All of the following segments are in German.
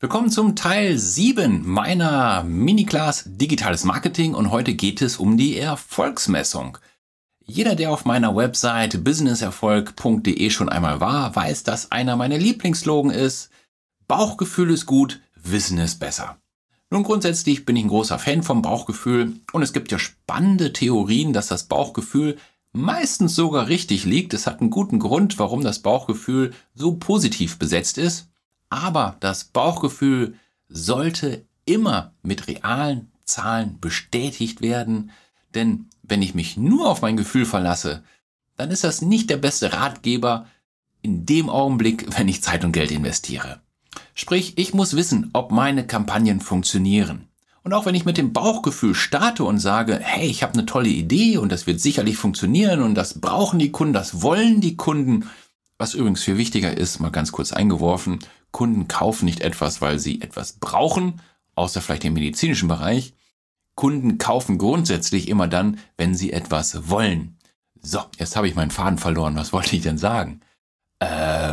Willkommen zum Teil 7 meiner Mini-Class Digitales Marketing und heute geht es um die Erfolgsmessung. Jeder, der auf meiner Website businesserfolg.de schon einmal war, weiß, dass einer meiner Lieblingsslogan ist: Bauchgefühl ist gut, Wissen ist besser. Nun, grundsätzlich bin ich ein großer Fan vom Bauchgefühl und es gibt ja spannende Theorien, dass das Bauchgefühl meistens sogar richtig liegt. Es hat einen guten Grund, warum das Bauchgefühl so positiv besetzt ist. Aber das Bauchgefühl sollte immer mit realen Zahlen bestätigt werden, denn wenn ich mich nur auf mein Gefühl verlasse, dann ist das nicht der beste Ratgeber in dem Augenblick, wenn ich Zeit und Geld investiere. Sprich, ich muss wissen, ob meine Kampagnen funktionieren. Und auch wenn ich mit dem Bauchgefühl starte und sage, hey, ich habe eine tolle Idee und das wird sicherlich funktionieren und das brauchen die Kunden, das wollen die Kunden. Was übrigens viel wichtiger ist, mal ganz kurz eingeworfen, Kunden kaufen nicht etwas, weil sie etwas brauchen, außer vielleicht im medizinischen Bereich. Kunden kaufen grundsätzlich immer dann, wenn sie etwas wollen. So, jetzt habe ich meinen Faden verloren. Was wollte ich denn sagen? Wo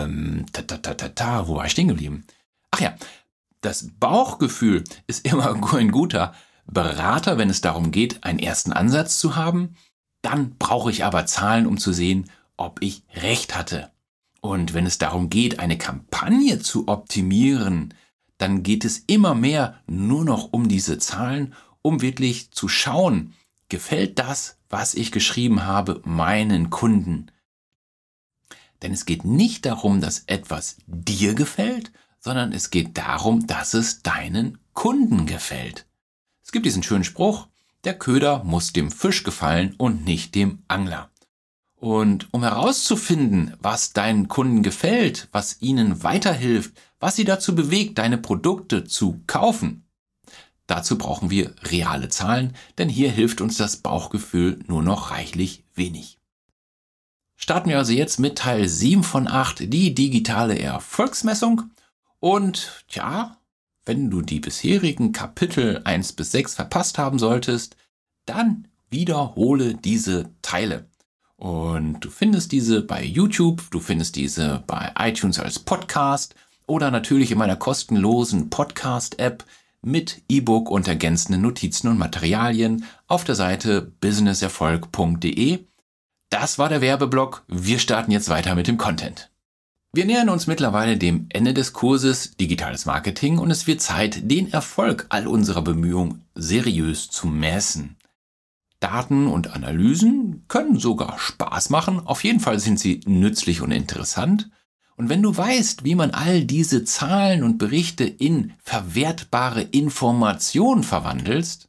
war ich stehen geblieben? Ach ja, das Bauchgefühl ist immer ein guter Berater, wenn es darum geht, einen ersten Ansatz zu haben. Dann brauche ich aber Zahlen, um zu sehen, ob ich recht hatte. Und wenn es darum geht, eine Kampagne zu optimieren, dann geht es immer mehr nur noch um diese Zahlen, um wirklich zu schauen, gefällt das, was ich geschrieben habe, meinen Kunden? Denn es geht nicht darum, dass etwas dir gefällt, sondern es geht darum, dass es deinen Kunden gefällt. Es gibt diesen schönen Spruch: Der Köder muss dem Fisch gefallen und nicht dem Angler. Und um herauszufinden, was deinen Kunden gefällt, was ihnen weiterhilft, was sie dazu bewegt, deine Produkte zu kaufen, dazu brauchen wir reale Zahlen, denn hier hilft uns das Bauchgefühl nur noch reichlich wenig. Starten wir also jetzt mit Teil 7 von 8, die digitale Erfolgsmessung. Und wenn du die bisherigen Kapitel 1 bis 6 verpasst haben solltest, dann wiederhole diese Teile. Und du findest diese bei YouTube, du findest diese bei iTunes als Podcast oder natürlich in meiner kostenlosen Podcast-App mit E-Book und ergänzenden Notizen und Materialien auf der Seite businesserfolg.de. Das war der Werbeblock. Wir starten jetzt weiter mit dem Content. Wir nähern uns mittlerweile dem Ende des Kurses Digitales Marketing und es wird Zeit, den Erfolg all unserer Bemühungen seriös zu messen. Daten und Analysen können sogar Spaß machen, auf jeden Fall sind sie nützlich und interessant. Und wenn du weißt, wie man all diese Zahlen und Berichte in verwertbare Informationen verwandelst,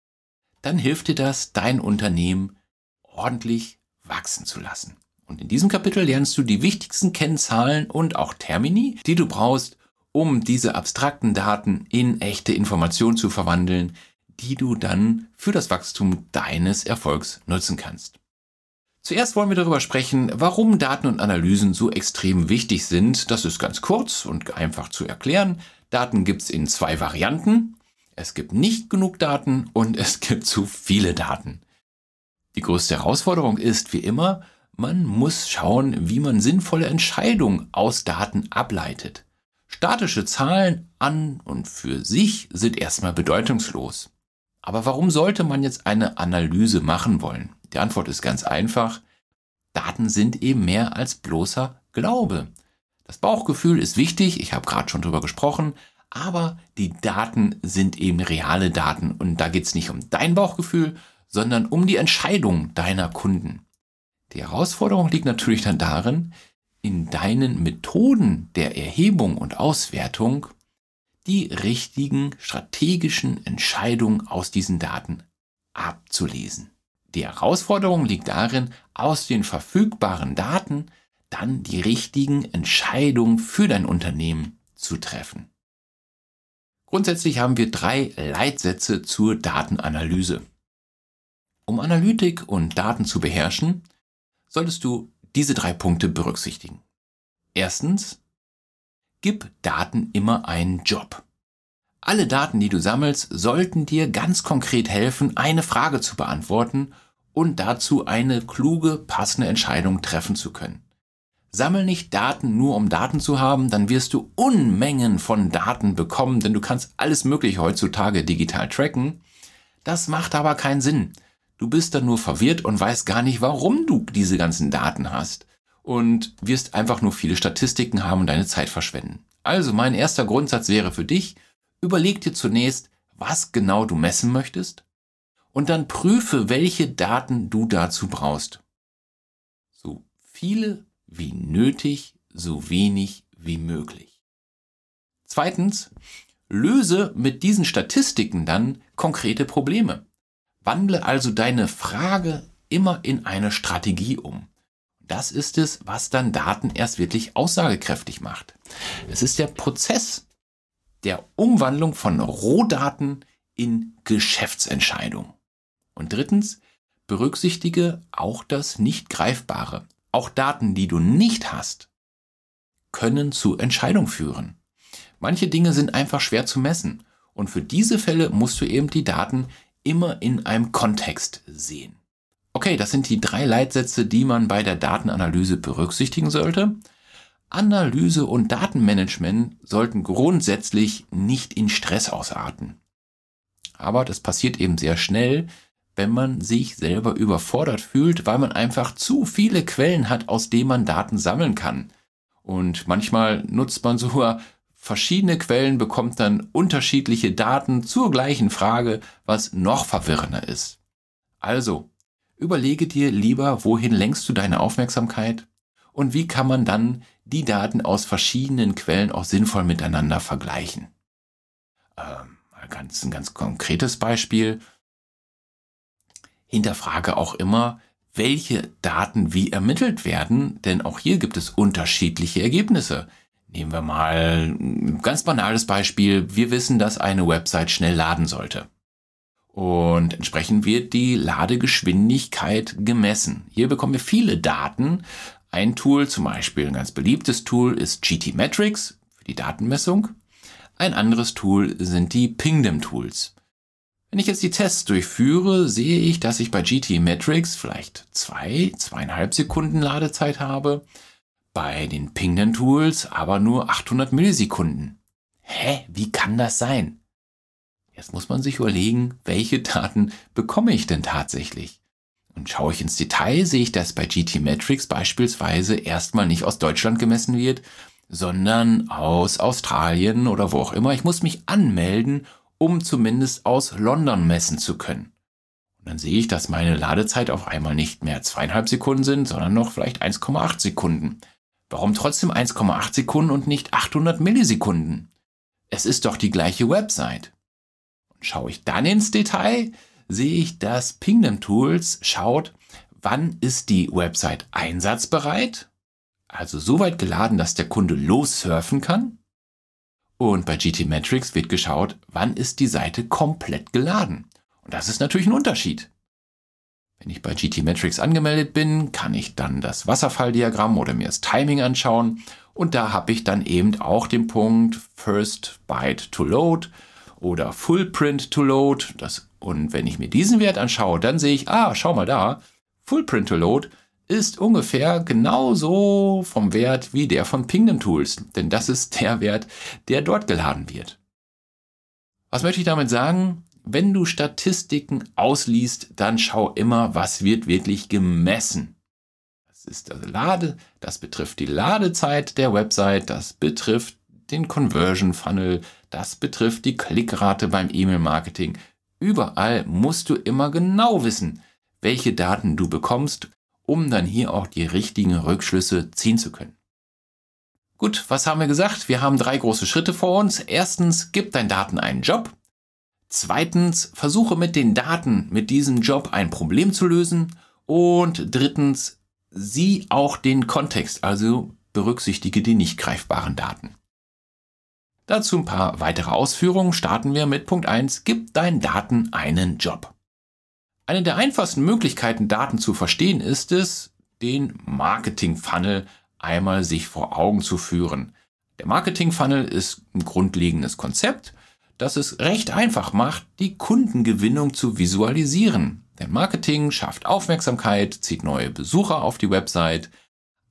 dann hilft dir das, dein Unternehmen ordentlich wachsen zu lassen. Und in diesem Kapitel lernst du die wichtigsten Kennzahlen und auch Termini, die du brauchst, um diese abstrakten Daten in echte Informationen zu verwandeln, die du dann für das Wachstum deines Erfolgs nutzen kannst. Zuerst wollen wir darüber sprechen, warum Daten und Analysen so extrem wichtig sind. Das ist ganz kurz und einfach zu erklären. Daten gibt es in 2 Varianten. Es gibt nicht genug Daten und es gibt zu viele Daten. Die größte Herausforderung ist, wie immer, man muss schauen, wie man sinnvolle Entscheidungen aus Daten ableitet. Statische Zahlen an und für sich sind erstmal bedeutungslos. Aber warum sollte man jetzt eine Analyse machen wollen? Die Antwort ist ganz einfach. Daten sind eben mehr als bloßer Glaube. Das Bauchgefühl ist wichtig, ich habe gerade schon drüber gesprochen, aber die Daten sind eben reale Daten und da geht es nicht um dein Bauchgefühl, sondern um die Entscheidung deiner Kunden. Die Herausforderung liegt natürlich dann darin, in deinen Methoden der Erhebung und Auswertung die richtigen strategischen Entscheidungen aus diesen Daten abzulesen. Die Herausforderung liegt darin, aus den verfügbaren Daten dann die richtigen Entscheidungen für dein Unternehmen zu treffen. Grundsätzlich haben wir 3 Leitsätze zur Datenanalyse. Um Analytik und Daten zu beherrschen, solltest du diese 3 Punkte berücksichtigen. Erstens, gib Daten immer einen Job. Alle Daten, die du sammelst, sollten dir ganz konkret helfen, eine Frage zu beantworten und dazu eine kluge, passende Entscheidung treffen zu können. Sammel nicht Daten nur um Daten zu haben, dann wirst du Unmengen von Daten bekommen, denn du kannst alles Mögliche heutzutage digital tracken. Das macht aber keinen Sinn. Du bist dann nur verwirrt und weißt gar nicht, warum du diese ganzen Daten hast und wirst einfach nur viele Statistiken haben und deine Zeit verschwenden. Also mein erster Grundsatz wäre für dich, überleg dir zunächst, was genau du messen möchtest und dann prüfe, welche Daten du dazu brauchst. So viele wie nötig, so wenig wie möglich. Zweitens, löse mit diesen Statistiken dann konkrete Probleme. Wandle also deine Frage immer in eine Strategie um. Das ist es, was dann Daten erst wirklich aussagekräftig macht. Es ist der Prozess der Umwandlung von Rohdaten in Geschäftsentscheidungen. Und drittens, berücksichtige auch das Nicht-Greifbare. Auch Daten, die du nicht hast, können zu Entscheidungen führen. Manche Dinge sind einfach schwer zu messen und für diese Fälle musst du eben die Daten immer in einem Kontext sehen. Okay, das sind die 3 Leitsätze, die man bei der Datenanalyse berücksichtigen sollte. Analyse und Datenmanagement sollten grundsätzlich nicht in Stress ausarten. Aber das passiert eben sehr schnell, wenn man sich selber überfordert fühlt, weil man einfach zu viele Quellen hat, aus denen man Daten sammeln kann. Und manchmal nutzt man sogar verschiedene Quellen, bekommt dann unterschiedliche Daten zur gleichen Frage, was noch verwirrender ist. Also, überlege dir lieber, wohin lenkst du deine Aufmerksamkeit und wie kann man dann die Daten aus verschiedenen Quellen auch sinnvoll miteinander vergleichen. Ein ganz konkretes Beispiel. Hinterfrage auch immer, welche Daten wie ermittelt werden, denn auch hier gibt es unterschiedliche Ergebnisse. Nehmen wir mal ein ganz banales Beispiel. Wir wissen, dass eine Website schnell laden sollte. Und entsprechend wird die Ladegeschwindigkeit gemessen. Hier bekommen wir viele Daten. Ein Tool, zum Beispiel ein ganz beliebtes Tool, ist GTmetrix für die Datenmessung. Ein anderes Tool sind die Pingdom-Tools. Wenn ich jetzt die Tests durchführe, sehe ich, dass ich bei GTmetrix vielleicht 2,5 Sekunden Ladezeit habe, bei den Pingdom-Tools aber nur 800 Millisekunden. Wie kann das sein? Jetzt muss man sich überlegen, welche Daten bekomme ich denn tatsächlich? Und schaue ich ins Detail, sehe ich, dass bei GTmetrix beispielsweise erstmal nicht aus Deutschland gemessen wird, sondern aus Australien oder wo auch immer. Ich muss mich anmelden, um zumindest aus London messen zu können. Und dann sehe ich, dass meine Ladezeit auf einmal nicht mehr 2,5 Sekunden sind, sondern noch vielleicht 1,8 Sekunden. Warum trotzdem 1,8 Sekunden und nicht 800 Millisekunden? Es ist doch die gleiche Website. Und schaue ich dann ins Detail, sehe ich, dass Pingdom Tools schaut, wann ist die Website einsatzbereit, also so weit geladen, dass der Kunde lossurfen kann. Und bei GTmetrix wird geschaut, wann ist die Seite komplett geladen. Und das ist natürlich ein Unterschied. Wenn ich bei GTmetrix angemeldet bin, kann ich dann das Wasserfalldiagramm oder mir das Timing anschauen. Und da habe ich dann eben auch den Punkt First Byte to Load oder Full Print to Load. Und wenn ich mir diesen Wert anschaue, dann sehe ich, schau mal da, Full Print to Load ist ungefähr genauso vom Wert wie der von Pingdom Tools, denn das ist der Wert, der dort geladen wird. Was möchte ich damit sagen? Wenn du Statistiken ausliest, dann schau immer, was wird wirklich gemessen. Das betrifft die Ladezeit der Website, das betrifft den Conversion Funnel, das betrifft die Klickrate beim E-Mail-Marketing. Überall musst du immer genau wissen, welche Daten du bekommst, um dann hier auch die richtigen Rückschlüsse ziehen zu können. Gut, was haben wir gesagt? Wir haben 3 große Schritte vor uns. Erstens, gib deinen Daten einen Job. Zweitens, versuche mit den Daten, mit diesem Job ein Problem zu lösen. Und drittens, sieh auch den Kontext, also berücksichtige die nicht greifbaren Daten. Dazu ein paar weitere Ausführungen. Starten wir mit Punkt 1, gib deinen Daten einen Job. Eine der einfachsten Möglichkeiten, Daten zu verstehen, ist es, den Marketing-Funnel einmal sich vor Augen zu führen. Der Marketing-Funnel ist ein grundlegendes Konzept, das es recht einfach macht, die Kundengewinnung zu visualisieren. Denn Marketing schafft Aufmerksamkeit, zieht neue Besucher auf die Website,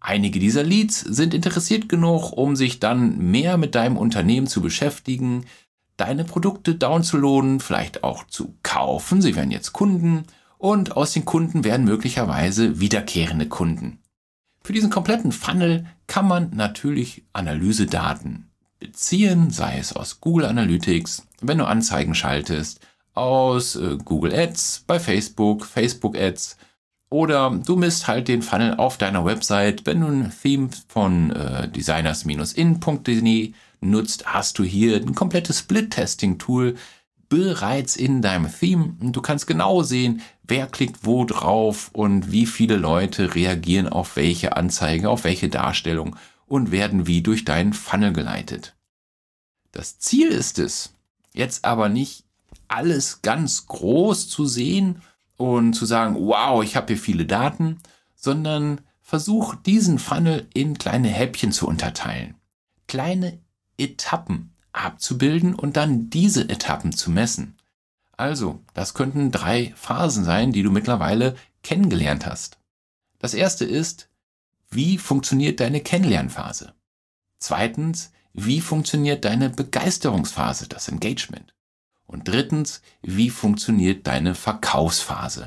Einige dieser Leads sind interessiert genug, um sich dann mehr mit deinem Unternehmen zu beschäftigen, deine Produkte downzuladen, vielleicht auch zu kaufen. Sie werden jetzt Kunden und aus den Kunden werden möglicherweise wiederkehrende Kunden. Für diesen kompletten Funnel kann man natürlich Analysedaten beziehen, sei es aus Google Analytics, wenn du Anzeigen schaltest, aus Google Ads, bei Facebook, Facebook Ads, oder du misst halt den Funnel auf deiner Website. Wenn du ein Theme von designers-in.de nutzt, hast du hier ein komplettes Split-Testing-Tool bereits in deinem Theme. Und du kannst genau sehen, wer klickt wo drauf und wie viele Leute reagieren auf welche Anzeige, auf welche Darstellung und werden wie durch deinen Funnel geleitet. Das Ziel ist es, jetzt aber nicht alles ganz groß zu sehen und zu sagen, wow, ich habe hier viele Daten, sondern versuch diesen Funnel in kleine Häppchen zu unterteilen, kleine Etappen abzubilden und dann diese Etappen zu messen. Also, das könnten 3 Phasen sein, die du mittlerweile kennengelernt hast. Das erste ist, wie funktioniert deine Kennenlernphase? Zweitens, wie funktioniert deine Begeisterungsphase, das Engagement? Und drittens, wie funktioniert deine Verkaufsphase?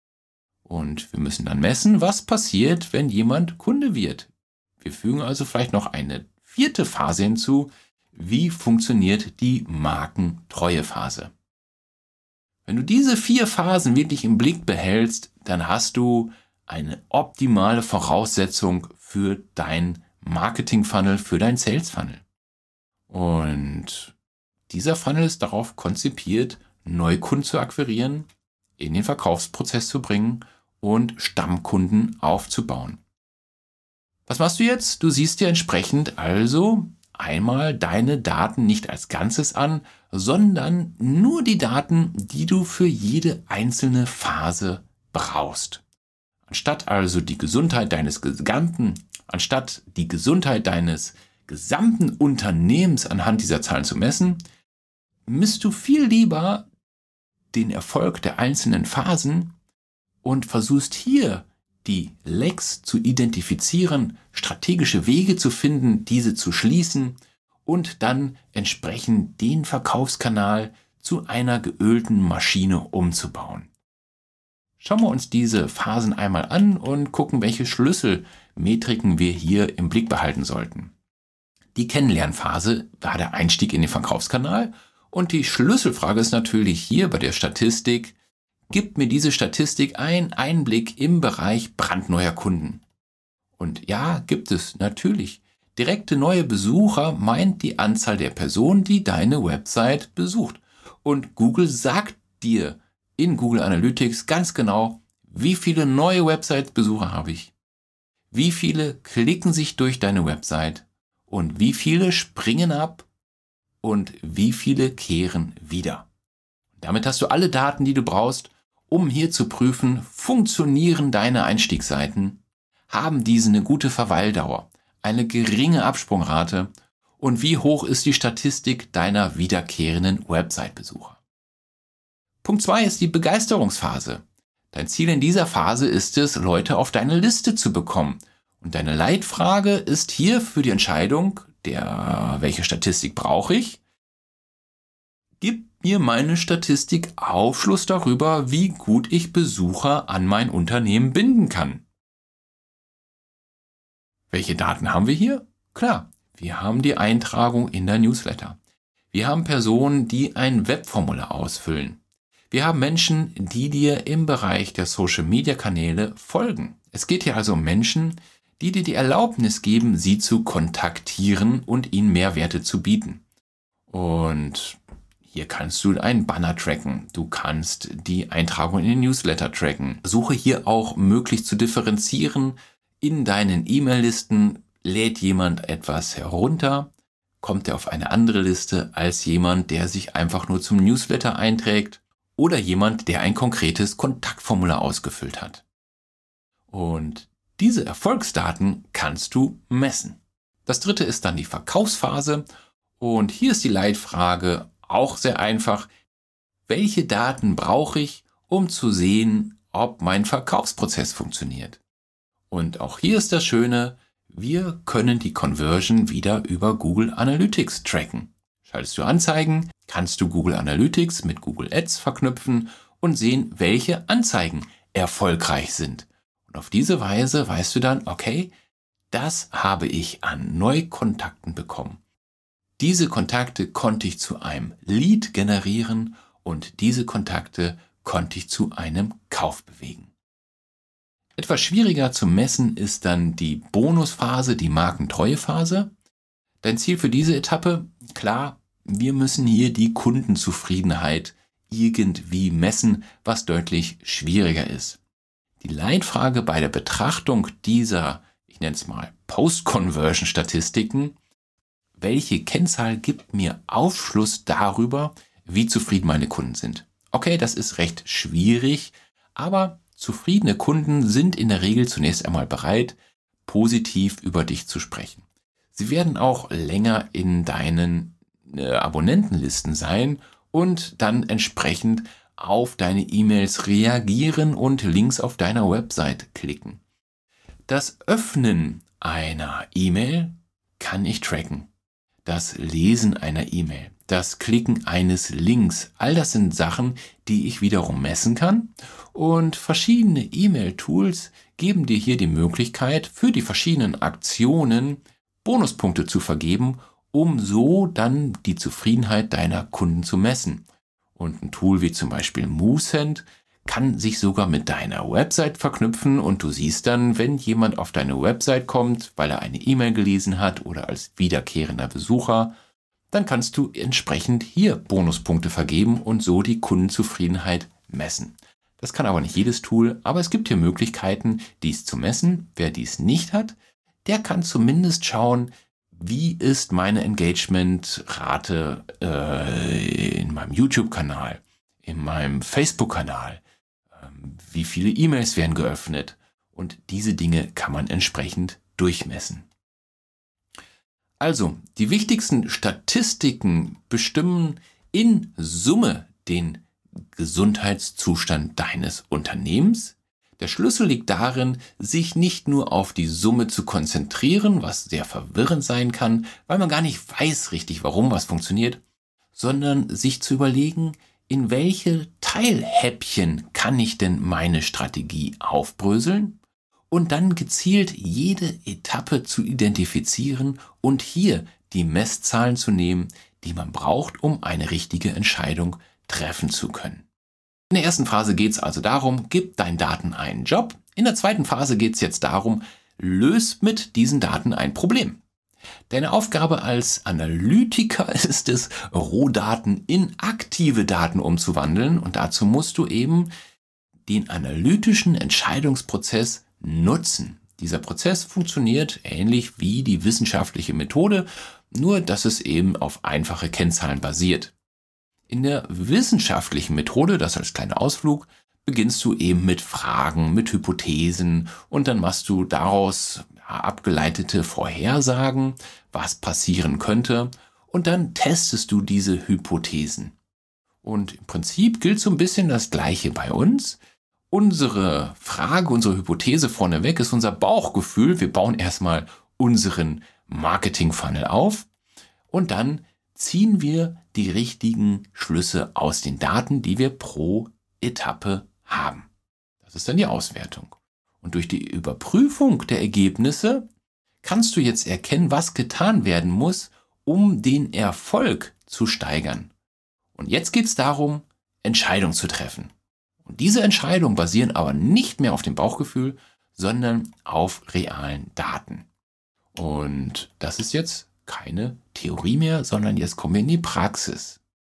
Und wir müssen dann messen, was passiert, wenn jemand Kunde wird. Wir fügen also vielleicht noch eine 4. Phase hinzu. Wie funktioniert die Markentreuephase? Wenn du diese 4 Phasen wirklich im Blick behältst, dann hast du eine optimale Voraussetzung für dein Marketing-Funnel, für dein Sales-Funnel. Und dieser Funnel ist darauf konzipiert, Neukunden zu akquirieren, in den Verkaufsprozess zu bringen und Stammkunden aufzubauen. Was machst du jetzt? Du siehst dir entsprechend also einmal deine Daten nicht als Ganzes an, sondern nur die Daten, die du für jede einzelne Phase brauchst. Anstatt die Gesundheit deines gesamten Unternehmens anhand dieser Zahlen zu messen, misst du viel lieber den Erfolg der einzelnen Phasen und versuchst hier die Lecks zu identifizieren, strategische Wege zu finden, diese zu schließen und dann entsprechend den Verkaufskanal zu einer geölten Maschine umzubauen. Schauen wir uns diese Phasen einmal an und gucken, welche Schlüsselmetriken wir hier im Blick behalten sollten. Die Kennenlernphase war der Einstieg in den Verkaufskanal und die Schlüsselfrage ist natürlich hier bei der Statistik: Gibt mir diese Statistik einen Einblick im Bereich brandneuer Kunden? Und ja, gibt es natürlich. Direkte neue Besucher meint die Anzahl der Personen, die deine Website besucht. Und Google sagt dir in Google Analytics ganz genau, wie viele neue Website-Besucher habe ich, wie viele klicken sich durch deine Website und wie viele springen ab und wie viele kehren wieder. Damit hast du alle Daten, die du brauchst, um hier zu prüfen, funktionieren deine Einstiegsseiten, haben diese eine gute Verweildauer, eine geringe Absprungrate und wie hoch ist die Statistik deiner wiederkehrenden Website-Besucher. Punkt 2 ist die Begeisterungsphase. Dein Ziel in dieser Phase ist es, Leute auf deine Liste zu bekommen. Und deine Leitfrage ist hier für die Entscheidung, welche Statistik brauche ich? Gib mir meine Statistik Aufschluss darüber, wie gut ich Besucher an mein Unternehmen binden kann. Welche Daten haben wir hier? Klar, wir haben die Eintragung in der Newsletter. Wir haben Personen, die ein Webformular ausfüllen. Wir haben Menschen, die dir im Bereich der Social-Media-Kanäle folgen. Es geht hier also um Menschen, die dir die Erlaubnis geben, sie zu kontaktieren und ihnen Mehrwerte zu bieten. Und hier kannst du einen Banner tracken. Du kannst die Eintragung in den Newsletter tracken. Suche hier auch möglich zu differenzieren. In deinen E-Mail-Listen lädt jemand etwas herunter, kommt er auf eine andere Liste als jemand, der sich einfach nur zum Newsletter einträgt oder jemand, der ein konkretes Kontaktformular ausgefüllt hat. Und diese Erfolgsdaten kannst du messen. Das dritte ist dann die Verkaufsphase und hier ist die Leitfrage auch sehr einfach. Welche Daten brauche ich, um zu sehen, ob mein Verkaufsprozess funktioniert? Und auch hier ist das Schöne, wir können die Conversion wieder über Google Analytics tracken. Schaltest du Anzeigen, kannst du Google Analytics mit Google Ads verknüpfen und sehen, welche Anzeigen erfolgreich sind. Und auf diese Weise weißt du dann, okay, das habe ich an Neukontakten bekommen. Diese Kontakte konnte ich zu einem Lead generieren und diese Kontakte konnte ich zu einem Kauf bewegen. Etwas schwieriger zu messen ist dann die Bonusphase, die Markentreuephase. Dein Ziel für diese Etappe, klar, wir müssen hier die Kundenzufriedenheit irgendwie messen, was deutlich schwieriger ist. Die Leitfrage bei der Betrachtung dieser, ich nenne es mal Post-Conversion-Statistiken, welche Kennzahl gibt mir Aufschluss darüber, wie zufrieden meine Kunden sind? Okay, das ist recht schwierig, aber zufriedene Kunden sind in der Regel zunächst einmal bereit, positiv über dich zu sprechen. Sie werden auch länger in deinen Abonnentenlisten sein und dann entsprechend auf deine E-Mails reagieren und Links auf deiner Website klicken. Das Öffnen einer E-Mail kann ich tracken. Das Lesen einer E-Mail, das Klicken eines Links, all das sind Sachen, die ich wiederum messen kann. Und verschiedene E-Mail-Tools geben dir hier die Möglichkeit, für die verschiedenen Aktionen Bonuspunkte zu vergeben, um so dann die Zufriedenheit deiner Kunden zu messen. Und ein Tool wie zum Beispiel Moosend kann sich sogar mit deiner Website verknüpfen und du siehst dann, wenn jemand auf deine Website kommt, weil er eine E-Mail gelesen hat oder als wiederkehrender Besucher, dann kannst du entsprechend hier Bonuspunkte vergeben und so die Kundenzufriedenheit messen. Das kann aber nicht jedes Tool, aber es gibt hier Möglichkeiten, dies zu messen. Wer dies nicht hat, der kann zumindest schauen, wie ist meine Engagement-Rate in meinem YouTube-Kanal, in meinem Facebook-Kanal, wie viele E-Mails werden geöffnet und diese Dinge kann man entsprechend durchmessen. Also, die wichtigsten Statistiken bestimmen in Summe den Gesundheitszustand deines Unternehmens. Der Schlüssel liegt darin, sich nicht nur auf die Summe zu konzentrieren, was sehr verwirrend sein kann, weil man gar nicht weiß richtig, warum was funktioniert, sondern sich zu überlegen, in welche Teilhäppchen kann ich denn meine Strategie aufbröseln und dann gezielt jede Etappe zu identifizieren und hier die Messzahlen zu nehmen, die man braucht, um eine richtige Entscheidung treffen zu können. In der ersten Phase geht es also darum, gib deinen Daten einen Job. In der zweiten Phase geht es jetzt darum, löse mit diesen Daten ein Problem. Deine Aufgabe als Analytiker ist es, Rohdaten in aktive Daten umzuwandeln und dazu musst du eben den analytischen Entscheidungsprozess nutzen. Dieser Prozess funktioniert ähnlich wie die wissenschaftliche Methode, nur dass es eben auf einfache Kennzahlen basiert. In der wissenschaftlichen Methode, das als kleiner Ausflug, beginnst du eben mit Fragen, mit Hypothesen und dann machst du daraus abgeleitete Vorhersagen, was passieren könnte und dann testest du diese Hypothesen. Und im Prinzip gilt so ein bisschen das Gleiche bei uns. Unsere Frage, unsere Hypothese vorneweg ist unser Bauchgefühl. Wir bauen erstmal unseren Marketing-Funnel auf und dann ziehen wir die richtigen Schlüsse aus den Daten, die wir pro Etappe haben. Das ist dann die Auswertung. Und durch die Überprüfung der Ergebnisse kannst du jetzt erkennen, was getan werden muss, um den Erfolg zu steigern. Und jetzt geht es darum, Entscheidungen zu treffen. Und diese Entscheidungen basieren aber nicht mehr auf dem Bauchgefühl, sondern auf realen Daten. Und das ist jetzt keine Theorie mehr, sondern jetzt kommen wir in die Praxis.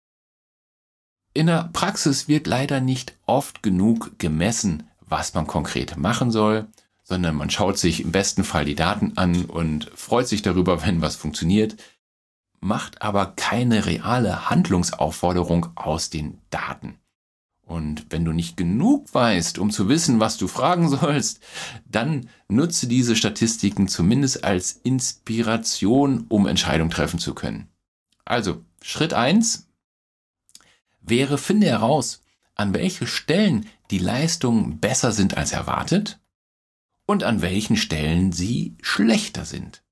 In der Praxis wird leider nicht oft genug gemessen, was man konkret machen soll, sondern man schaut sich im besten Fall die Daten an und freut sich darüber, wenn was funktioniert, macht aber keine reale Handlungsaufforderung aus den Daten. Und wenn du nicht genug weißt, um zu wissen, was du fragen sollst, dann nutze diese Statistiken zumindest als Inspiration, um Entscheidungen treffen zu können. Also, Schritt 1 wäre, finde heraus, an welche Stellen die Leistungen besser sind als erwartet und an welchen Stellen sie schlechter sind.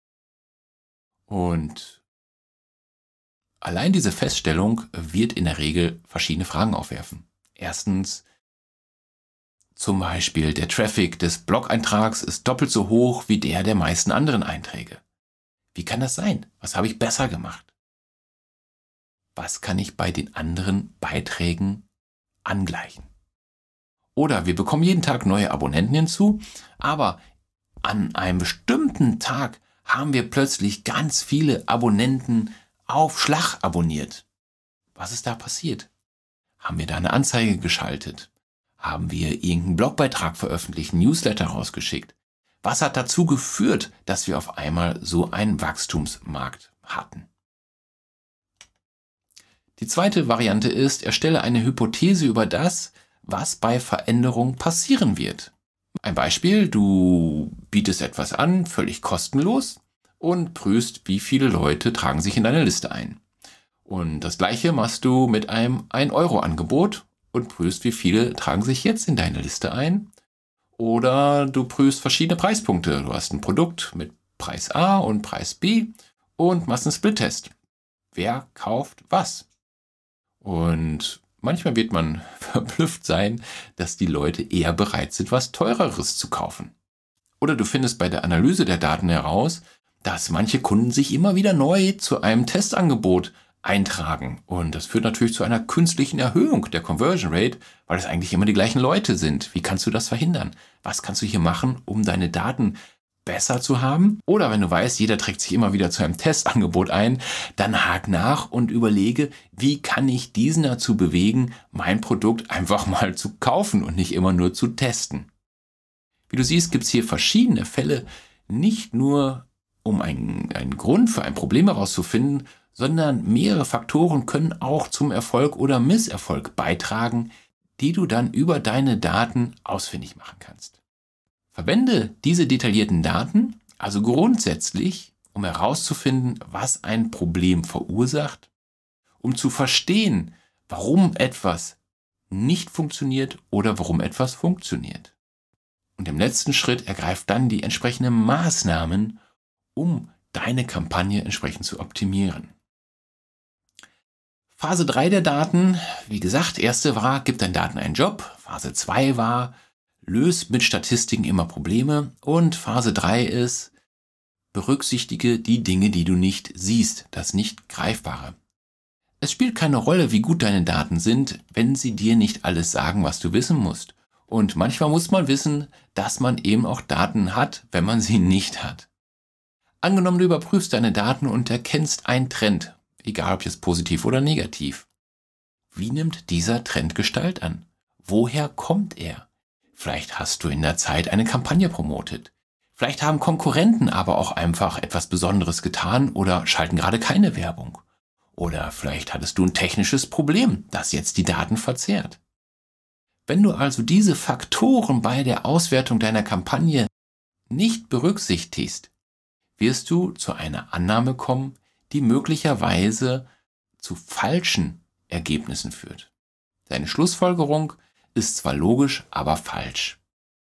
Und allein diese Feststellung wird in der Regel verschiedene Fragen aufwerfen. Erstens, zum Beispiel der Traffic des Blog-Eintrags ist doppelt so hoch wie der meisten anderen Einträge. Wie kann das sein? Was habe ich besser gemacht? Was kann ich bei den anderen Beiträgen angleichen? Oder wir bekommen jeden Tag neue Abonnenten hinzu, aber an einem bestimmten Tag haben wir plötzlich ganz viele Abonnenten auf Schlag abonniert. Was ist da passiert? Haben wir da eine Anzeige geschaltet? Haben wir irgendeinen Blogbeitrag veröffentlicht, einen Newsletter rausgeschickt? Was hat dazu geführt, dass wir auf einmal so einen Wachstumsmarkt hatten? Die zweite Variante ist, erstelle eine Hypothese über das, was bei Veränderung passieren wird. Ein Beispiel, du bietest etwas an, völlig kostenlos und prüfst, wie viele Leute tragen sich in deine Liste ein. Und das gleiche machst du mit einem 1-Euro-Angebot und prüfst, wie viele tragen sich jetzt in deine Liste ein. Oder du prüfst verschiedene Preispunkte. Du hast ein Produkt mit Preis A und Preis B und machst einen Split-Test. Wer kauft was? Und manchmal wird man verblüfft sein, dass die Leute eher bereit sind, was Teureres zu kaufen. Oder du findest bei der Analyse der Daten heraus, dass manche Kunden sich immer wieder neu zu einem Testangebot eintragen. Und das führt natürlich zu einer künstlichen Erhöhung der Conversion Rate, weil es eigentlich immer die gleichen Leute sind. Wie kannst du das verhindern? Was kannst du hier machen, um deine Daten besser zu haben? Oder wenn du weißt, jeder trägt sich immer wieder zu einem Testangebot ein, dann hak nach und überlege, wie kann ich diesen dazu bewegen, mein Produkt einfach mal zu kaufen und nicht immer nur zu testen. Wie du siehst, gibt es hier verschiedene Fälle, nicht nur um einen Grund für ein Problem herauszufinden, sondern mehrere Faktoren können auch zum Erfolg oder Misserfolg beitragen, die du dann über deine Daten ausfindig machen kannst. Verwende diese detaillierten Daten also grundsätzlich, um herauszufinden, was ein Problem verursacht, um zu verstehen, warum etwas nicht funktioniert oder warum etwas funktioniert. Und im letzten Schritt ergreif dann die entsprechenden Maßnahmen, um deine Kampagne entsprechend zu optimieren. Phase 3 der Daten, wie gesagt, erste war, gib deinen Daten einen Job. Phase 2 war, löse mit Statistiken immer Probleme. Und Phase 3 ist, berücksichtige die Dinge, die du nicht siehst, das nicht Greifbare. Es spielt keine Rolle, wie gut deine Daten sind, wenn sie dir nicht alles sagen, was du wissen musst. Und manchmal muss man wissen, dass man eben auch Daten hat, wenn man sie nicht hat. Angenommen, du überprüfst deine Daten und erkennst einen Trend, egal ob jetzt positiv oder negativ. Wie nimmt dieser Trend Gestalt an? Woher kommt er? Vielleicht hast du in der Zeit eine Kampagne promotet. Vielleicht haben Konkurrenten aber auch einfach etwas Besonderes getan oder schalten gerade keine Werbung. Oder vielleicht hattest du ein technisches Problem, das jetzt die Daten verzerrt. Wenn du also diese Faktoren bei der Auswertung deiner Kampagne nicht berücksichtigst, wirst du zu einer Annahme kommen, die möglicherweise zu falschen Ergebnissen führt. Deine Schlussfolgerung ist zwar logisch, aber falsch.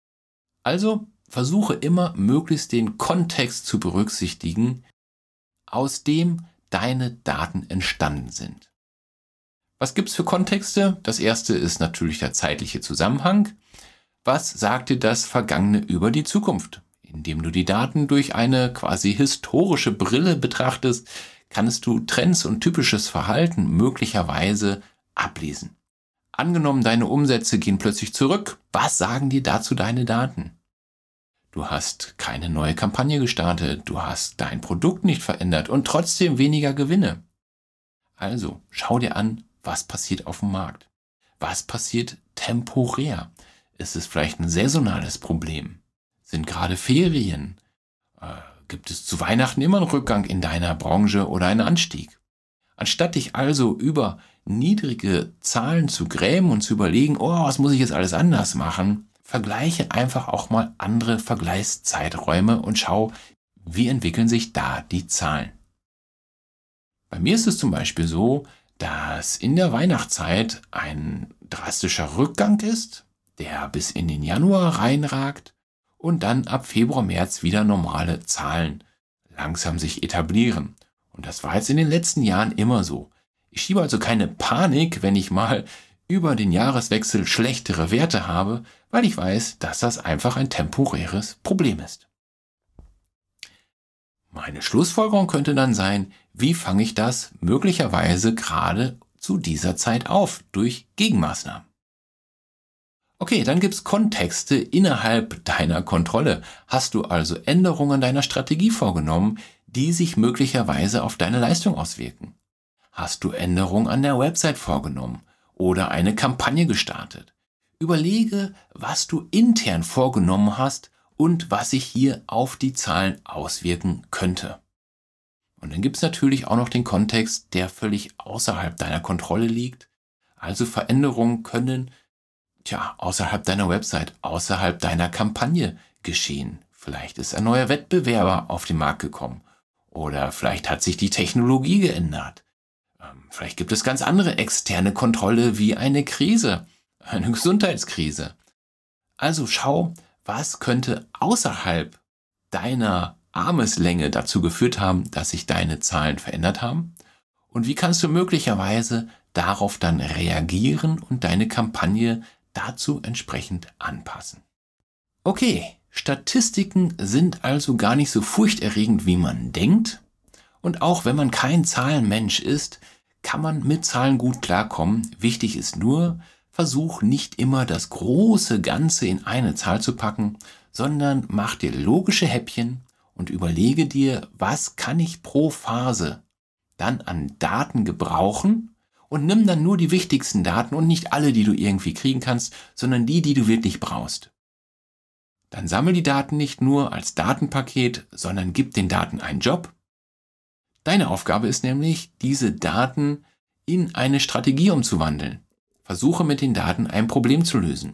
Also versuche immer möglichst den Kontext zu berücksichtigen, aus dem deine Daten entstanden sind. Was gibt's für Kontexte? Das erste ist natürlich der zeitliche Zusammenhang. Was sagt dir das Vergangene über die Zukunft? Indem du die Daten durch eine quasi historische Brille betrachtest, kannst du Trends und typisches Verhalten möglicherweise ablesen. Angenommen, deine Umsätze gehen plötzlich zurück. Was sagen dir dazu deine Daten? Du hast keine neue Kampagne gestartet, du hast dein Produkt nicht verändert und trotzdem weniger Gewinne. Also, schau dir an, was passiert auf dem Markt. Was passiert temporär? Ist es vielleicht ein saisonales Problem? Sind gerade Ferien? Gibt es zu Weihnachten immer einen Rückgang in deiner Branche oder einen Anstieg? Anstatt dich also über niedrige Zahlen zu grämen und zu überlegen, oh, was muss ich jetzt alles anders machen, vergleiche einfach auch mal andere Vergleichszeiträume und schau, wie entwickeln sich da die Zahlen. Bei mir ist es zum Beispiel so, dass in der Weihnachtszeit ein drastischer Rückgang ist, der bis in den Januar reinragt und dann ab Februar, März wieder normale Zahlen langsam sich etablieren. Und das war jetzt in den letzten Jahren immer so. Ich schiebe also keine Panik, wenn ich mal über den Jahreswechsel schlechtere Werte habe, weil ich weiß, dass das einfach ein temporäres Problem ist. Meine Schlussfolgerung könnte dann sein, wie fange ich das möglicherweise gerade zu dieser Zeit auf durch Gegenmaßnahmen? Okay, dann gibt's Kontexte innerhalb deiner Kontrolle. Hast du also Änderungen deiner Strategie vorgenommen, die sich möglicherweise auf deine Leistung auswirken? Hast du Änderungen an der Website vorgenommen oder eine Kampagne gestartet? Überlege, was du intern vorgenommen hast und was sich hier auf die Zahlen auswirken könnte. Und dann gibt's natürlich auch noch den Kontext, der völlig außerhalb deiner Kontrolle liegt. Also Veränderungen können außerhalb deiner Website, außerhalb deiner Kampagne geschehen. Vielleicht ist ein neuer Wettbewerber auf den Markt gekommen. Oder vielleicht hat sich die Technologie geändert. Vielleicht gibt es ganz andere externe Kontrolle wie eine Krise, eine Gesundheitskrise. Also schau, was könnte außerhalb deiner Armeslänge dazu geführt haben, dass sich deine Zahlen verändert haben? Und wie kannst du möglicherweise darauf dann reagieren und deine Kampagne dazu entsprechend anpassen? Okay, Statistiken sind also gar nicht so furchterregend, wie man denkt. Und auch wenn man kein Zahlenmensch ist, kann man mit Zahlen gut klarkommen. Wichtig ist nur, versuch nicht immer das große Ganze in eine Zahl zu packen, sondern mach dir logische Häppchen und überlege dir, was kann ich pro Phase dann an Daten gebrauchen und nimm dann nur die wichtigsten Daten und nicht alle, die du irgendwie kriegen kannst, sondern die, die du wirklich brauchst. Dann sammel die Daten nicht nur als Datenpaket, sondern gib den Daten einen Job. Deine Aufgabe ist nämlich, diese Daten in eine Strategie umzuwandeln. Versuche mit den Daten ein Problem zu lösen.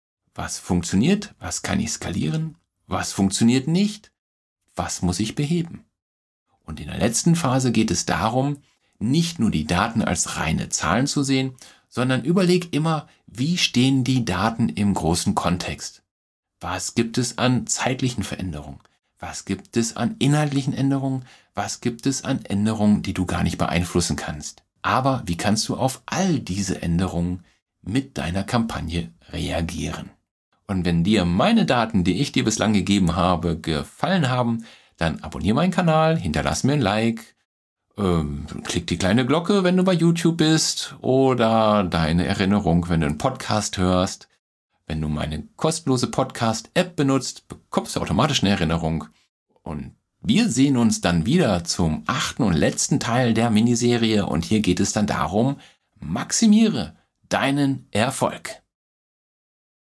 Was funktioniert? Was kann ich skalieren? Was funktioniert nicht? Was muss ich beheben? Und in der letzten Phase geht es darum, nicht nur die Daten als reine Zahlen zu sehen, sondern überleg immer, wie stehen die Daten im großen Kontext? Was gibt es an zeitlichen Veränderungen? Was gibt es an inhaltlichen Änderungen? Was gibt es an Änderungen, die du gar nicht beeinflussen kannst? Aber wie kannst du auf all diese Änderungen mit deiner Kampagne reagieren? Und wenn dir meine Daten, die ich dir bislang gegeben habe, gefallen haben, dann abonniere meinen Kanal, hinterlass mir ein Like, klick die kleine Glocke, wenn du bei YouTube bist, oder deine Erinnerung, wenn du einen Podcast hörst. Wenn du meine kostenlose Podcast-App benutzt, bekommst du automatisch eine Erinnerung. Und wir sehen uns dann wieder zum 8. und letzten Teil der Miniserie. Und hier geht es dann darum, maximiere deinen Erfolg.